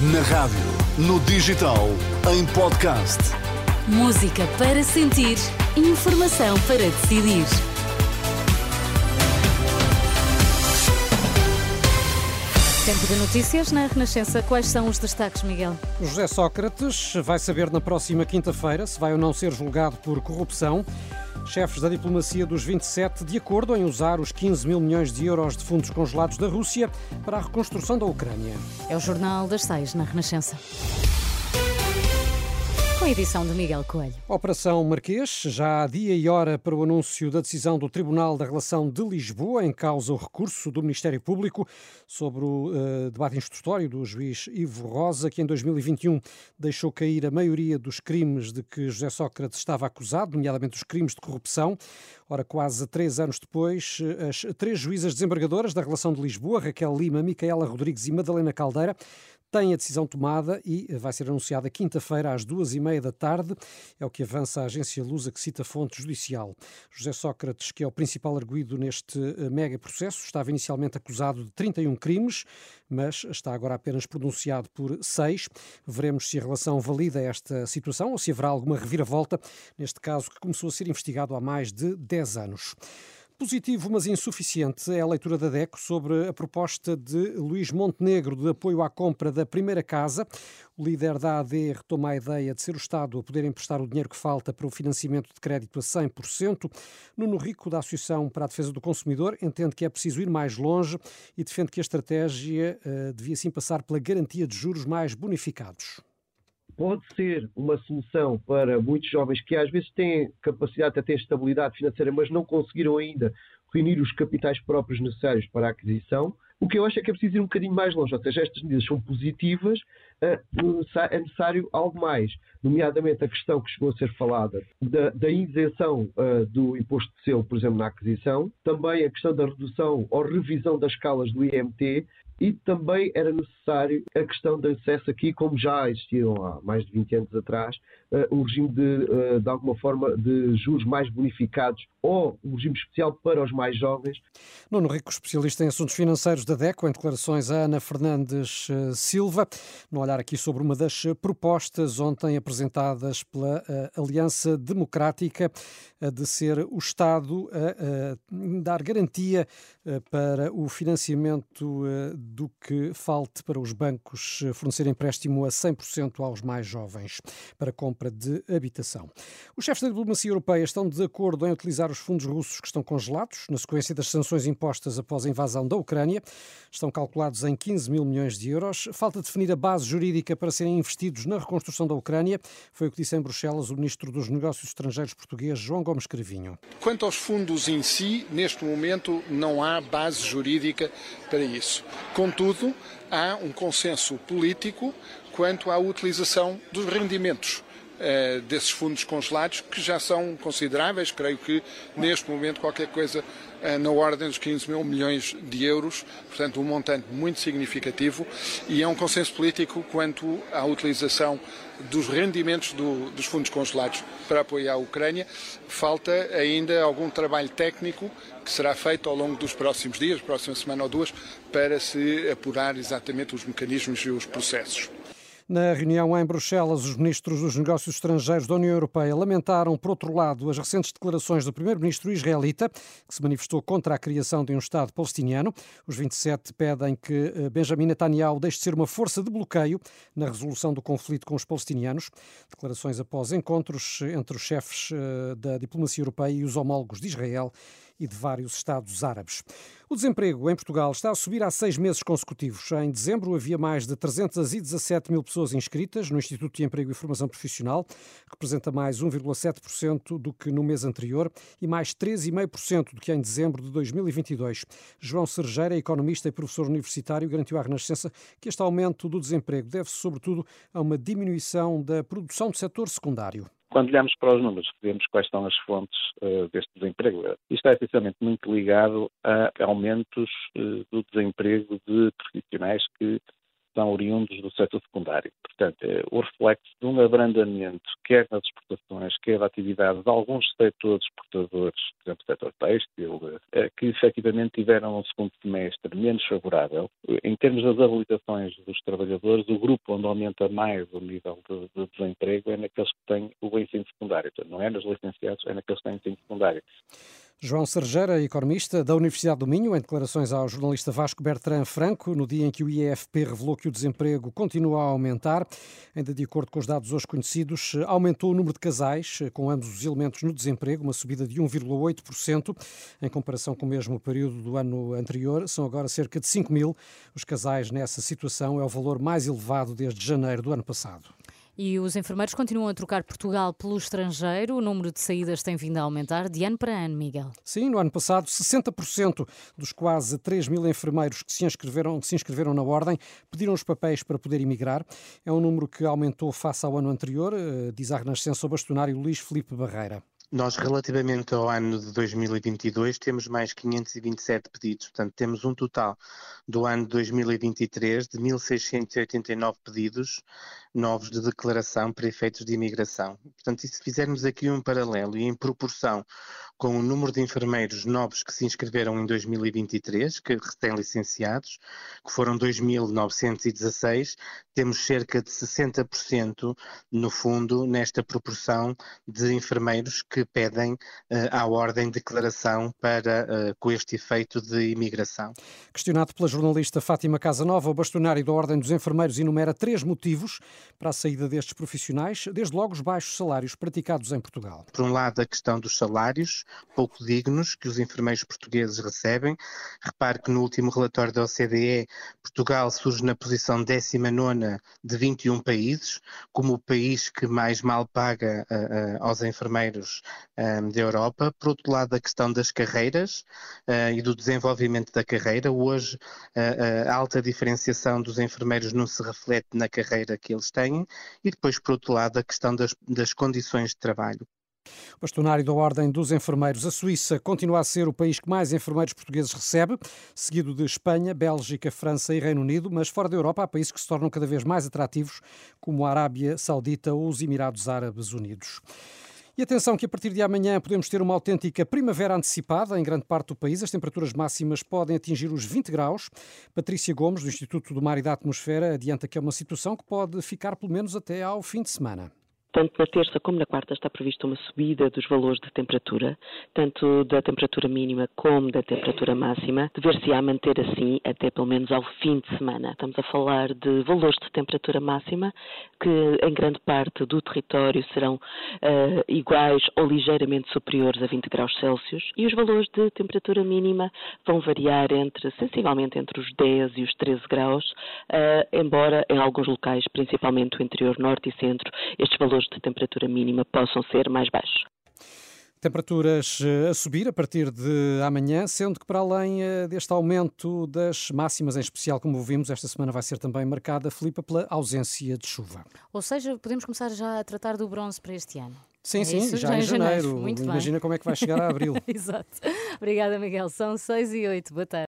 Na rádio, no digital, em podcast. Música para sentir, informação para decidir. Tempo de notícias na Renascença. Quais são os destaques, Miguel? José Sócrates vai saber na próxima quinta-feira se vai ou não ser julgado por corrupção. Chefes da diplomacia dos 27 de acordo em usar os 15 mil milhões de euros de fundos congelados da Rússia para a reconstrução da Ucrânia. É o Jornal das 6 na Renascença. Com a edição de Miguel Coelho. Operação Marquês, já há dia e hora para o anúncio da decisão do Tribunal da Relação de Lisboa, em causa o recurso do Ministério Público sobre o debate instrutório do juiz Ivo Rosa, que em 2021 deixou cair a maioria dos crimes de que José Sócrates estava acusado, nomeadamente os crimes de corrupção. Ora, quase 3 anos depois, as 3 juízas desembargadoras da Relação de Lisboa, Raquel Lima, Micaela Rodrigues e Madalena Caldeira, tem a decisão tomada e vai ser anunciada quinta-feira às 14h30 da tarde. É o que avança a agência Lusa, que cita fonte judicial. José Sócrates, que é o principal arguido neste mega processo, estava inicialmente acusado de 31 crimes, mas está agora apenas pronunciado por 6. Veremos se a relação valida esta situação ou se haverá alguma reviravolta, neste caso que começou a ser investigado há mais de 10 anos. Positivo, mas insuficiente, é a leitura da DECO sobre a proposta de Luís Montenegro de apoio à compra da primeira casa. O líder da AD retoma a ideia de ser o Estado a poder emprestar o dinheiro que falta para o financiamento de crédito a 100%. Nuno Rico, da Associação para a Defesa do Consumidor, entende que é preciso ir mais longe e defende que a estratégia devia sim passar pela garantia de juros mais bonificados. Pode ser uma solução para muitos jovens que às vezes têm capacidade, até têm estabilidade financeira, mas não conseguiram ainda reunir os capitais próprios necessários para a aquisição. O que eu acho é que é preciso ir um bocadinho mais longe, ou seja, estas medidas são positivas, é necessário algo mais, nomeadamente a questão que chegou a ser falada da isenção do imposto de selo, por exemplo, na aquisição, também a questão da redução ou revisão das escalas do IMT, e também era necessário a questão de acesso aqui, como já existiam há mais de 20 anos atrás, um regime de alguma forma, de juros mais bonificados ou um regime especial para os mais jovens. Nuno Rico, especialista em assuntos financeiros da DECO, em declarações a Ana Fernandes Silva, no olhar aqui sobre uma das propostas ontem apresentadas pela Aliança Democrática de ser o Estado a dar garantia para o financiamento do que falte para os bancos fornecer empréstimo a 100% aos mais jovens para compra de habitação. Os chefes da diplomacia europeia estão de acordo em utilizar os fundos russos que estão congelados na sequência das sanções impostas após a invasão da Ucrânia. Estão calculados em 15 mil milhões de euros. Falta definir a base jurídica para serem investidos na reconstrução da Ucrânia. Foi o que disse em Bruxelas o ministro dos Negócios Estrangeiros português, João Gomes Cravinho. Quanto aos fundos em si, neste momento não há base jurídica para isso. Contudo, há um consenso político quanto à utilização dos rendimentos desses fundos congelados, que já são consideráveis. Creio que neste momento qualquer coisa na ordem dos 15 mil milhões de euros, portanto um montante muito significativo, e é um consenso político quanto à utilização dos rendimentos dos fundos congelados para apoiar a Ucrânia. Falta ainda algum trabalho técnico que será feito ao longo dos próximos dias, próxima semana ou duas, para se apurar exatamente os mecanismos e os processos. Na reunião em Bruxelas, os ministros dos Negócios Estrangeiros da União Europeia lamentaram, por outro lado, as recentes declarações do primeiro-ministro israelita, que se manifestou contra a criação de um Estado palestiniano. Os 27 pedem que Benjamin Netanyahu deixe de ser uma força de bloqueio na resolução do conflito com os palestinianos. Declarações após encontros entre os chefes da diplomacia europeia e os homólogos de Israel e de vários Estados árabes. O desemprego em Portugal está a subir há 6 meses consecutivos. Em dezembro havia mais de 317 mil pessoas inscritas no Instituto de Emprego e Formação Profissional, representa mais 1,7% do que no mês anterior e mais 3,5% do que em dezembro de 2022. João Sergeira, economista e professor universitário, garantiu à Renascença que este aumento do desemprego deve-se sobretudo a uma diminuição da produção do setor secundário. Quando olhamos para os números, vemos quais são as fontes deste desemprego. Isto é essencialmente muito ligado a aumentos do desemprego de profissionais que são oriundos do setor secundário. Portanto, é o reflexo de um abrandamento, quer nas exportações, queda de atividade de alguns setores exportadores, por exemplo, o setor têxtil, que efetivamente tiveram um segundo semestre menos favorável. Em termos das habilitações dos trabalhadores, o grupo onde aumenta mais o nível de desemprego é naqueles que têm o ensino secundário. Portanto, não é nos licenciados, é naqueles que têm ensino secundário. João Sergeira, economista da Universidade do Minho, em declarações ao jornalista Vasco Bertrand Franco, no dia em que o IEFP revelou que o desemprego continua a aumentar. Ainda de acordo com os dados hoje conhecidos, aumentou o número de casais com ambos os elementos no desemprego, uma subida de 1,8%. Em comparação com o mesmo período do ano anterior, são agora cerca de 5 mil. Os casais nessa situação é o valor mais elevado desde janeiro do ano passado. E os enfermeiros continuam a trocar Portugal pelo estrangeiro. O número de saídas tem vindo a aumentar de ano para ano, Miguel. Sim, no ano passado, 60% dos quase 3 mil enfermeiros que se inscreveram na Ordem pediram os papéis para poder emigrar. É um número que aumentou face ao ano anterior, diz à Renascença o bastonário Luís Filipe Barreira. Nós, relativamente ao ano de 2022, temos mais 527 pedidos. Portanto, temos um total do ano de 2023 de 1.689 pedidos novos de declaração para efeitos de imigração. Portanto, e se fizermos aqui um paralelo e em proporção com o número de enfermeiros novos que se inscreveram em 2023, que recém-licenciados, que foram 2.916, temos cerca de 60%, no fundo, nesta proporção de enfermeiros que pedem à Ordem declaração para, com este efeito de imigração. Questionado pela jornalista Fátima Casanova, o bastonário da Ordem dos Enfermeiros enumera 3 motivos para a saída destes profissionais, desde logo os baixos salários praticados em Portugal. Por um lado, a questão dos salários pouco dignos que os enfermeiros portugueses recebem. Repare que no último relatório da OCDE, Portugal surge na posição 19ª de 21 países, como o país que mais mal paga aos enfermeiros da Europa. Por outro lado, a questão das carreiras e do desenvolvimento da carreira. Hoje, a alta diferenciação dos enfermeiros não se reflete na carreira que eles têm. E depois, por outro lado, a questão das condições de trabalho. O bastonário da Ordem dos Enfermeiros, a Suíça, continua a ser o país que mais enfermeiros portugueses recebe, seguido de Espanha, Bélgica, França e Reino Unido, mas fora da Europa há países que se tornam cada vez mais atrativos, como a Arábia Saudita ou os Emirados Árabes Unidos. E atenção que a partir de amanhã podemos ter uma autêntica primavera antecipada em grande parte do país. As temperaturas máximas podem atingir os 20 graus. Patrícia Gomes, do Instituto do Mar e da Atmosfera, adianta que é uma situação que pode ficar pelo menos até ao fim de semana. Tanto na terça como na quarta está prevista uma subida dos valores de temperatura, tanto da temperatura mínima como da temperatura máxima, dever-se-á manter assim até pelo menos ao fim de semana. Estamos a falar de valores de temperatura máxima que em grande parte do território serão iguais ou ligeiramente superiores a 20 graus Celsius e os valores de temperatura mínima vão variar sensivelmente entre os 10 e os 13 graus, embora em alguns locais, principalmente o interior norte e centro, estes valores de temperatura mínima possam ser mais baixos. Temperaturas a subir a partir de amanhã, sendo que para além deste aumento das máximas, em especial, como vimos, esta semana vai ser também marcada, Filipa, pela ausência de chuva. Ou seja, podemos começar já a tratar do bronze para este ano. Sim, Isso? já em janeiro. Muito Imagina bem. como é que vai chegar a abril. Exato. Obrigada, Miguel. São 6:08. Boa tarde.